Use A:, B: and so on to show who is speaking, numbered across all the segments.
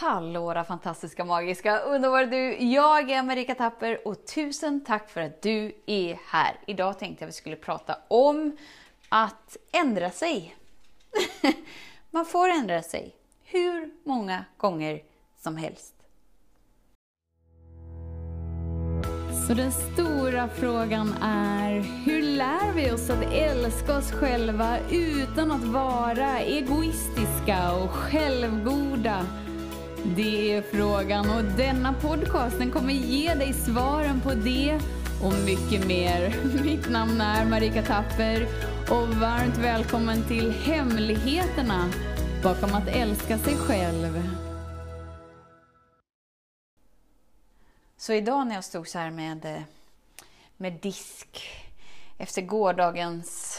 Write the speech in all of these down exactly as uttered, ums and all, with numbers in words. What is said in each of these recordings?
A: Hallå våra fantastiska, magiska, underbara du! Jag är Marika Tapper och tusen tack för att du är här. Idag tänkte jag att vi skulle prata om att ändra sig. Man får ändra sig hur många gånger som helst. Så den stora frågan är, hur lär vi oss att älska oss själva utan att vara egoistiska och självgoda? Det är frågan, och denna podcasten kommer ge dig svaren på det och mycket mer. Mitt namn är Marika Tapper och varmt välkommen till hemligheterna bakom att älska sig själv. Så idag när jag stod så här med, med disk efter gårdagens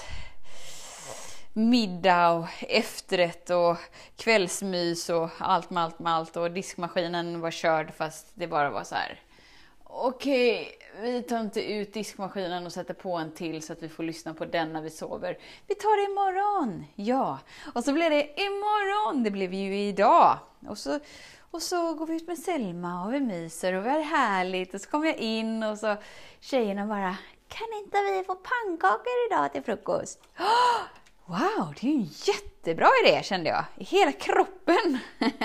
A: middag och efterrätt och kvällsmys och allt med allt med allt, och diskmaskinen var körd fast det bara var så här: okej, vi tar inte ut diskmaskinen och sätter på en till så att vi får lyssna på den när vi sover. Vi tar det imorgon. Ja, och så blev det imorgon. Det blev ju idag. Och så Och så går vi ut med Selma och vi myser och vi har det härligt. Och så kommer jag in och så tjejerna bara: kan inte vi få pannkakor idag till frukost? Oh, wow, det är ju en jättebra idé, kände jag. I hela kroppen.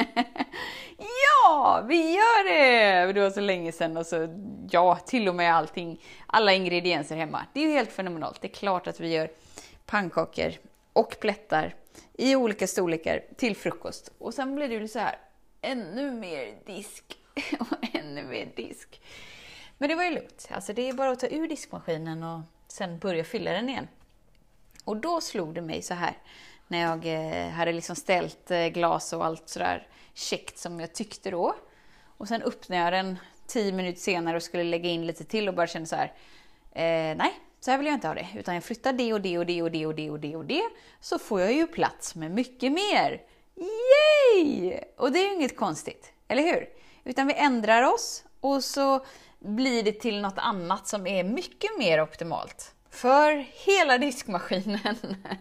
A: Ja, vi gör det! Det var så länge sedan och så, ja, till och med allting, alla ingredienser hemma. Det är ju helt fenomenalt. Det är klart att vi gör pannkakor och plättar i olika storlekar till frukost. Och sen blir det ju så här: ännu mer disk och ännu mer disk. Men det var ju lugnt. Alltså det är bara att ta ur diskmaskinen och sen börja fylla den igen. Och då slog det mig så här, när jag hade liksom ställt glas och allt sådär käckt som jag tyckte då. Och sen öppnade jag den tio minuter senare och skulle lägga in lite till och bara kände så här: eh, nej, så här vill jag inte ha det. Utan jag flyttar det och det och det och det och det och det och det. Så får jag ju plats med mycket mer. Yay! Och det är ju inget konstigt, eller hur? Utan vi ändrar oss och så blir det till något annat som är mycket mer optimalt för hela diskmaskinen.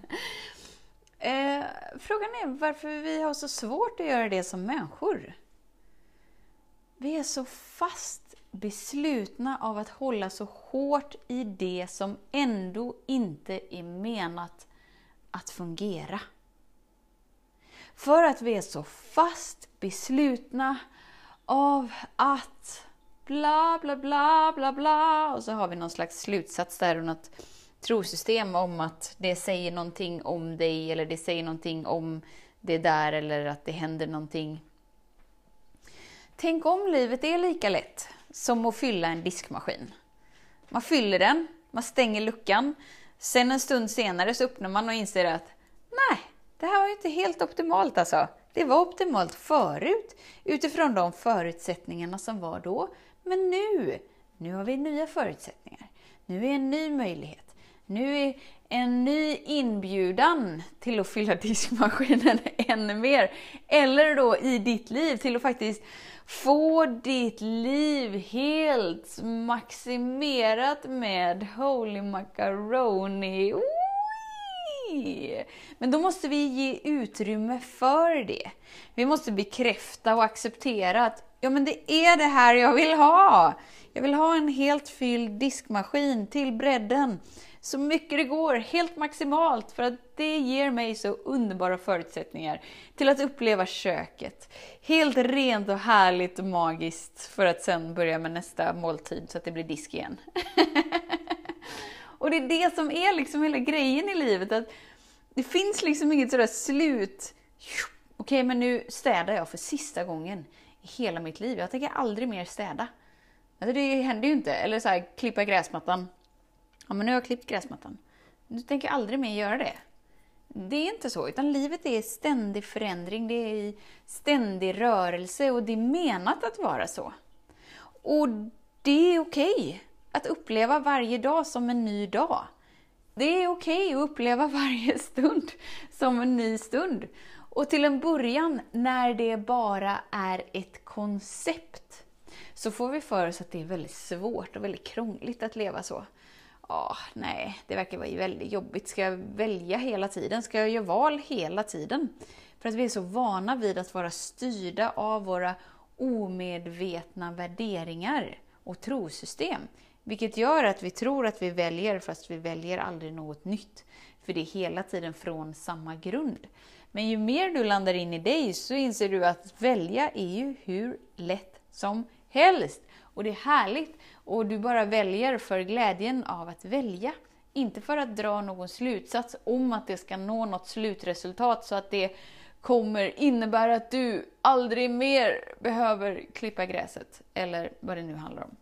A: eh, frågan är varför vi har så svårt att göra det som människor. Vi är så fast beslutna av att hålla så hårt i det som ändå inte är menat att fungera. För att vi är så fast beslutna av att bla bla bla bla bla. Och så har vi någon slags slutsats där och något trosystem om att det säger någonting om dig. Eller det säger någonting om det där. Eller att det händer någonting. Tänk om livet är lika lätt som att fylla en diskmaskin. Man fyller den, man stänger luckan. Sen en stund senare så öppnar man och inser att nej, det här var ju inte helt optimalt alltså. Det var optimalt förut utifrån de förutsättningarna som var då. Men nu, nu har vi nya förutsättningar. Nu är en ny möjlighet. Nu är en ny inbjudan till att fylla diskmaskinen ännu mer. Eller då i ditt liv till att faktiskt få ditt liv helt maximerat med holy macaroni. Men då måste vi ge utrymme för det. Vi måste bekräfta och acceptera att ja, men det är det här jag vill ha. Jag vill ha en helt fylld diskmaskin till bredden. Så mycket det går, helt maximalt, för att det ger mig så underbara förutsättningar till att uppleva köket. Helt rent och härligt och magiskt, för att sen börja med nästa måltid så att det blir disk igen. Och det är det som är liksom hela grejen i livet, att det finns liksom inget sådär slut. Okej, men nu städar jag för sista gången i hela mitt liv. Jag tänker aldrig mer städa. Alltså det händer ju inte. Eller så här, klippa gräsmattan. Ja, men nu har jag klippt gräsmattan. Du tänker aldrig mer göra det. Det är inte så, utan livet är ständig förändring. Det är i ständig rörelse och det är menat att vara så. Och det är okej att uppleva varje dag som en ny dag. Det är okej att uppleva varje stund som en ny stund. Och till en början, när det bara är ett koncept, så får vi för oss att det är väldigt svårt och väldigt krångligt att leva så. Åh, nej, det verkar vara väldigt jobbigt. Ska jag välja hela tiden? Ska jag göra val hela tiden? För att vi är så vana vid att vara styrda av våra omedvetna värderingar och trosystem. Vilket gör att vi tror att vi väljer, fast vi väljer aldrig något nytt. För det är hela tiden från samma grund. Men ju mer du landar in i dig så inser du att välja är ju hur lätt som helst. Och det är härligt. Och du bara väljer för glädjen av att välja. Inte för att dra någon slutsats om att det ska nå något slutresultat så att det kommer innebära att du aldrig mer behöver klippa gräset. Eller vad det nu handlar om.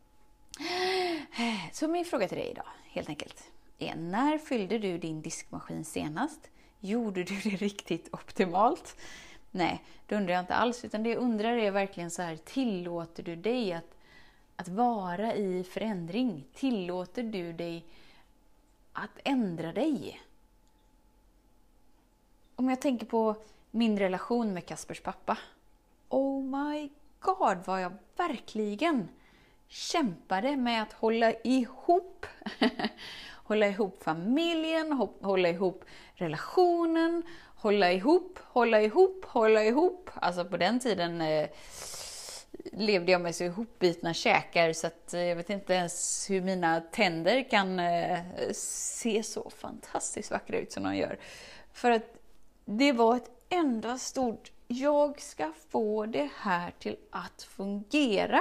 A: Så min fråga till dig idag, helt enkelt, är: när fyllde du din diskmaskin senast? Gjorde du det riktigt optimalt? Nej, det undrar jag inte alls. Utan det jag undrar är verkligen så här: tillåter du dig att, att vara i förändring? Tillåter du dig att ändra dig? Om jag tänker på min relation med Kaspers pappa. Oh my god, vad jag verkligen kämpade med att hålla ihop. Hålla ihop familjen, hålla ihop relationen, hålla ihop, hålla ihop, hålla ihop. Alltså på den tiden eh, levde jag med så ihopbitna käkar så att eh, jag vet inte ens hur mina tänder kan eh, se så fantastiskt vackra ut som de gör. För att det var ett enda stort, jag ska få det här till att fungera.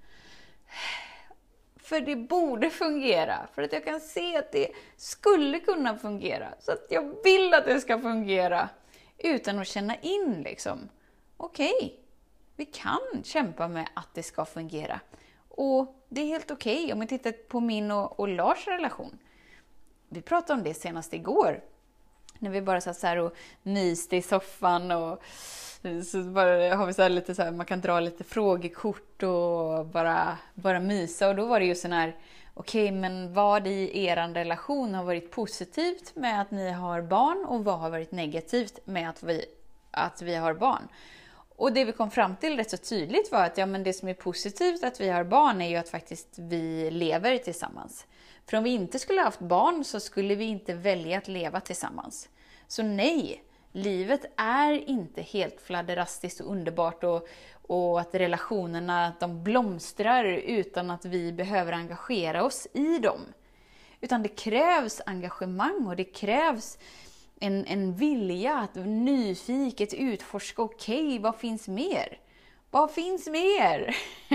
A: För det borde fungera. För att jag kan se att det skulle kunna fungera. Så att jag vill att det ska fungera. Utan att känna in liksom. Okej, okay, vi kan kämpa med att det ska fungera. Och det är helt okej okay om vi tittar på min och, och Lars relation. Vi pratade om det senast igår. När vi bara satt så här och myste i soffan och så bara har vi så här lite så här, man kan dra lite frågekort och bara, bara mysa. Och då var det ju sån här, okej, okay, men vad i er relation har varit positivt med att ni har barn och vad har varit negativt med att vi, att vi har barn? Och det vi kom fram till rätt så tydligt var att ja, men det som är positivt att vi har barn är ju att faktiskt vi lever tillsammans. För om vi inte skulle ha haft barn så skulle vi inte välja att leva tillsammans. Så nej, livet är inte helt fladderastiskt och underbart och, och att relationerna de blomstrar utan att vi behöver engagera oss i dem. Utan det krävs engagemang och det krävs en, en vilja att nyfiket utforska, okej, okay, vad finns mer? Vad finns mer?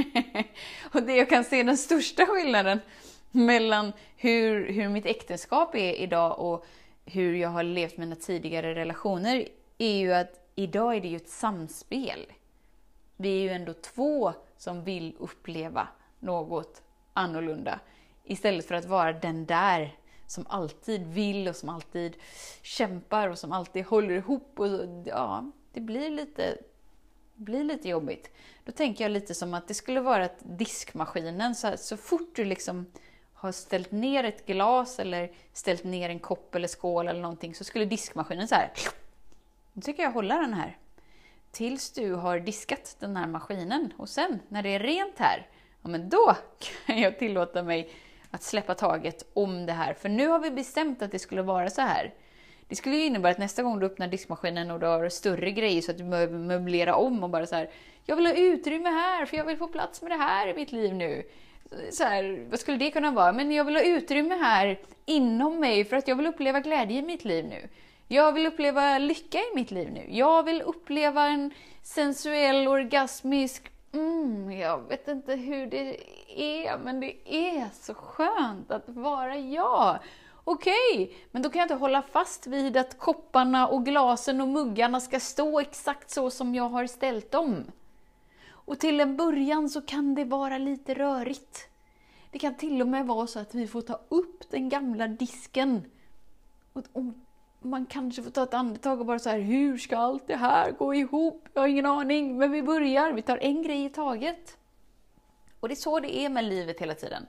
A: Och det jag kan se den största skillnaden mellan hur, hur mitt äktenskap är idag och hur jag har levt mina tidigare relationer är ju att idag är det ju ett samspel. Vi är ju ändå två som vill uppleva något annorlunda. Istället för att vara den där som alltid vill och som alltid kämpar och som alltid håller ihop. Och ja, det blir lite, blir lite jobbigt. Då tänker jag lite som att det skulle vara att diskmaskinen, så, här, så fort du liksom har ställt ner ett glas eller ställt ner en kopp eller skål eller någonting, så skulle diskmaskinen så här, nu tycker jag hålla den här tills du har diskat den här maskinen. Och sen när det är rent här, ja, men då kan jag tillåta mig att släppa taget om det här. För nu har vi bestämt att det skulle vara så här. Det skulle ju innebära att nästa gång du öppnar diskmaskinen och du har större grejer så att du behöver möblera om och bara så här, jag vill ha utrymme här för jag vill få plats med det här i mitt liv nu. Så här, vad skulle det kunna vara? Men jag vill ha utrymme här inom mig för att jag vill uppleva glädje i mitt liv nu. Jag vill uppleva lycka i mitt liv nu. Jag vill uppleva en sensuell, orgasmisk, mm, jag vet inte hur det är, men det är så skönt att vara jag. Okej, men då kan jag inte hålla fast vid att kopparna och glasen och muggarna ska stå exakt så som jag har ställt dem. Och till en början så kan det vara lite rörigt. Det kan till och med vara så att vi får ta upp den gamla disken. Och, och man kanske får ta ett andetag och bara så här, hur ska allt det här gå ihop? Jag har ingen aning, men vi börjar. Vi tar en grej i taget. Och det är så det är med livet hela tiden.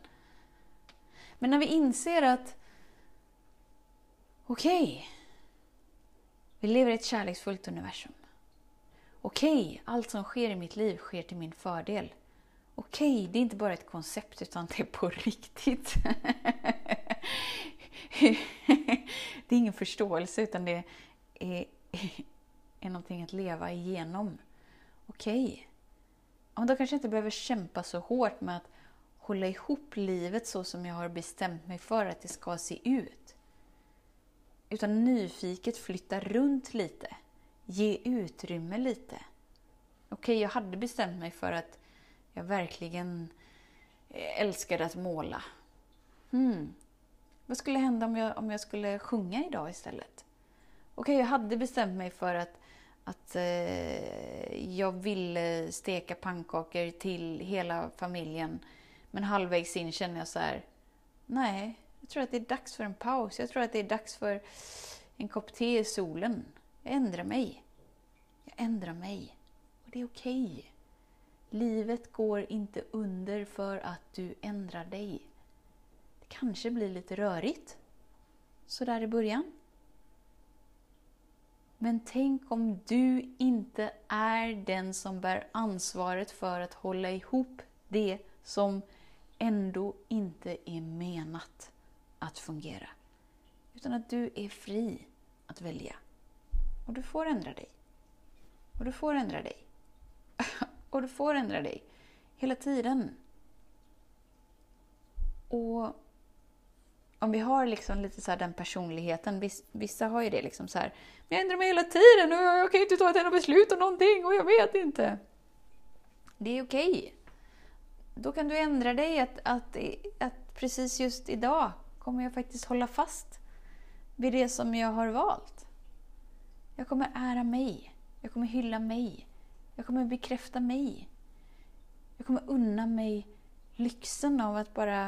A: Men när vi inser att okej, okay, vi lever i ett kärleksfullt universum. Okej, okay, allt som sker i mitt liv sker till min fördel. Okej, okay, det är inte bara ett koncept utan det är på riktigt. Det är ingen förståelse utan det är är någonting att leva igenom. Okej. Okay. Då kanske jag inte behöver kämpa så hårt med att hålla ihop livet så som jag har bestämt mig för att det ska se ut. Utan nyfiket flytta runt lite. Ge utrymme lite. Okej, okay, jag hade bestämt mig för att jag verkligen älskade att måla. Hmm. Vad skulle hända om jag, om jag skulle sjunga idag istället? Okej, okay, jag hade bestämt mig för att, att eh, jag ville steka pannkakor till hela familjen. Men halvvägs in känner jag så här, nej, jag tror att det är dags för en paus. Jag tror att det är dags för en kopp te i solen. Jag ändrar mig. Jag ändrar mig. Och det är okej. Okay. Livet går inte under för att du ändrar dig. Det kanske blir lite rörigt. Så där i början. Men tänk om du inte är den som bär ansvaret för att hålla ihop det som ändå inte är menat att fungera. Utan att du är fri att välja. Och du får ändra dig. Och du får ändra dig. Och du får ändra dig. Hela tiden. Och om vi har liksom lite så här den personligheten. Vissa har ju det liksom så här. Men jag ändrar mig hela tiden och jag kan inte ta ett enda beslut om någonting och jag vet inte. Det är okej. Okay. Då kan du ändra dig att, att, att precis just idag kommer jag faktiskt hålla fast vid det som jag har valt. Jag kommer ära mig. Jag kommer hylla mig. Jag kommer bekräfta mig. Jag kommer unna mig lyxen av att bara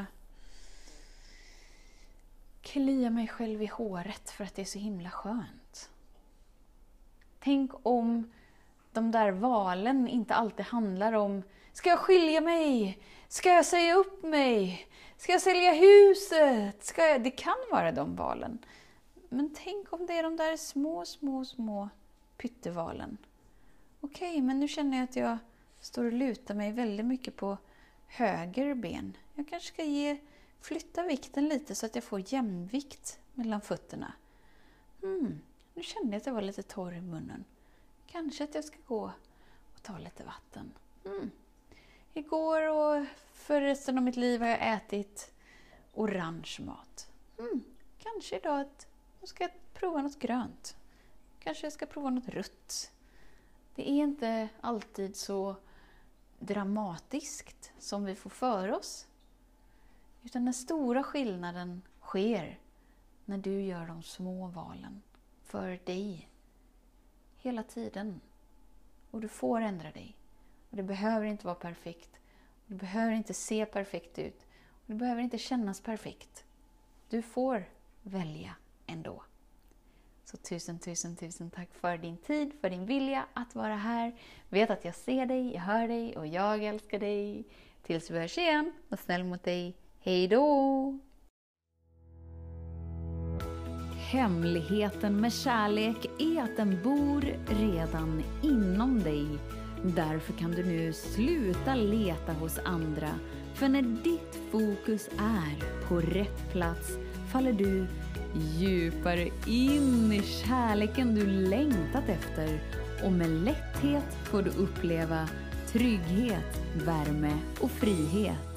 A: klia mig själv i håret för att det är så himla skönt. Tänk om de där valen inte alltid handlar om: ska jag skilja mig? Ska jag säga upp mig? Ska jag sälja huset? Ska jag... Det kan vara de valen. Men tänk om det är de där små, små, små pyttevalen. Okej, okay, men nu känner jag att jag står och lutar mig väldigt mycket på höger ben. Jag kanske ska ge, flytta vikten lite så att jag får jämvikt mellan fötterna. Hmm, nu kände jag att jag var lite torr i munnen. Kanske att jag ska gå och ta lite vatten. Hmm. Igår och för resten av mitt liv har jag ätit orange mat. Hmm. Kanske idag att jag ska prova något grönt. Kanske jag ska prova något rött. Det är inte alltid så dramatiskt som vi får för oss. Utan den stora skillnaden sker när du gör de små valen för dig. Hela tiden. Och du får ändra dig. Och det behöver inte vara perfekt. Du behöver inte se perfekt ut. Och det behöver inte kännas perfekt. Du får välja ändå. Så tusen, tusen, tusen tack för din tid, för din vilja att vara här. Vet att jag ser dig, jag hör dig och jag älskar dig. Tills vi hörs igen, var snäll mot dig. Hej då! Hemligheten med kärlek är att den bor redan inom dig. Därför kan du nu sluta leta hos andra. För när ditt fokus är på rätt plats faller du djupare in i kärleken du längtat efter. Och med lätthet får du uppleva trygghet, värme och frihet.